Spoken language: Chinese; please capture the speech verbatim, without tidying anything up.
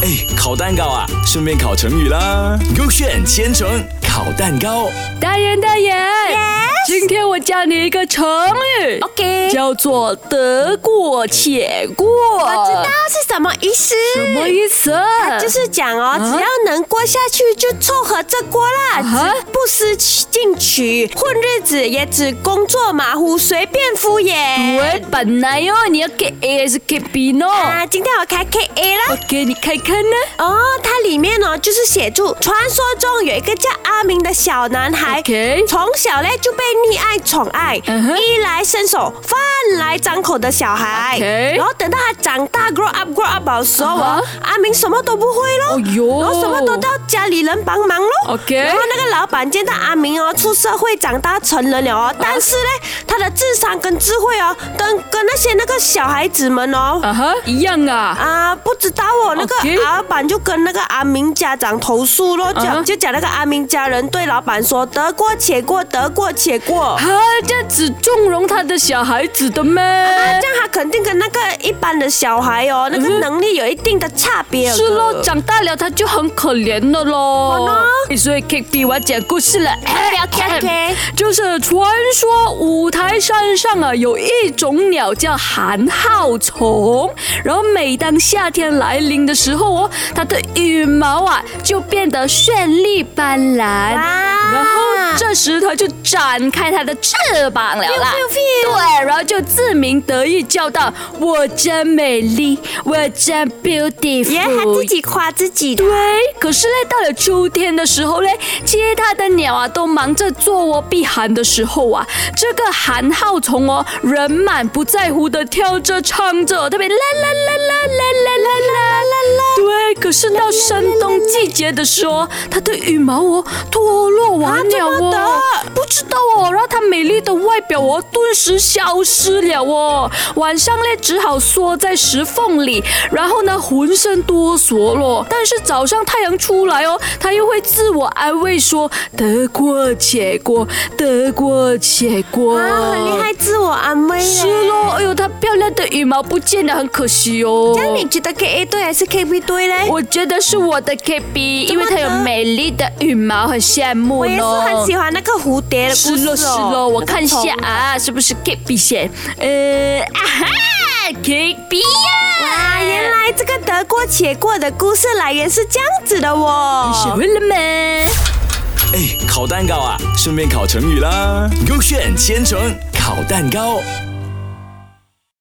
哎，烤蛋糕啊，顺便烤成语啦。勾选千层烤蛋糕。 大人大人， Yes? 今天我教你一个成语 OK 叫做得过且过。 我知道是什么意思。 什么意思？ 就是讲哦， 啊只要能过下去就凑合着过啦， 啊只不思进取，混日子也只工作马虎，随便敷衍。 喂，本来哦，你要 K A 还是 K B 呢？ 啊，今天我开 K A 啦。 OK， 你看看呢。 哦，它里面哦就是写住，传说中有一个叫阿明的小男孩 OK 从小呢就被溺爱宠爱， 嗯哼衣来伸手，饭来张口的小孩。 OK 然后等到他长大 grow up grow up 的时候啊哦，阿明什么都不会咯， 哦哟然后什么都要家里人帮忙咯。 OK 然后那个老板见到阿明哦出社会长大成人了哦，但是呢他的智商跟智慧哦跟跟那些那个小孩子们哦。 啊哈，一样啊。 啊，不知道哦，那个 OK 老板就跟那个阿明家长投诉咯， 啊讲就讲那个阿明家人对老板说得过且过，得过且过。 啊，这样只纵容他的小孩子的咩？ 啊，这样他肯定跟那个一般的小孩哦，那个能力有一定的差别的。 是咯，长大了他就很可怜了咯。所以 K B 我要讲故事了。 OK OK， 就是传说五台山上啊有一种鸟叫寒号虫，然后每当夏天来临的时候哦，它的羽毛啊就变得绚丽斑斓，然后这时它就展开它的翅膀了啦。对，然后就自鸣得意叫道：“我真美丽，我真 beautiful。” 原来他自己夸自己的。 对，可是呢，到了秋天的时候呢，其他的鸟啊都忙着做窝避寒的时候啊，这个寒号虫哦，人满不在乎的跳着唱着，特别啦啦啦啦啦啦啦啦啦啦。对，可是到深冬季节的时候，它的羽毛哦脱落完了哦，不知道哦，然后它美丽的外表哦顿时消失了哦，晚上呢只好缩在石缝里，然后呢浑身哆嗦了。但是早上太阳出来哦，它又会自我安慰说得过且过，得过且过。 啊，很厉害，自我安慰。 是咯，哎呦，它漂亮的羽毛不见了，很可惜哦。 这样你觉得 K A 对还是 K B 对嘞？ 我觉得是我的 K B， 因为它有美丽的羽毛，很羡慕我也是很喜欢那个蝴蝶的故事哦。 是咯是咯，我看一下啊，是不是 K B 先？呃，啊哈 ，K B 呀！ 啊，原来这个得过且过的故事来源是这样子的哦。 学会了没？ 哎，烤蛋糕啊，顺便烤成语啦。勾选千层烤蛋糕。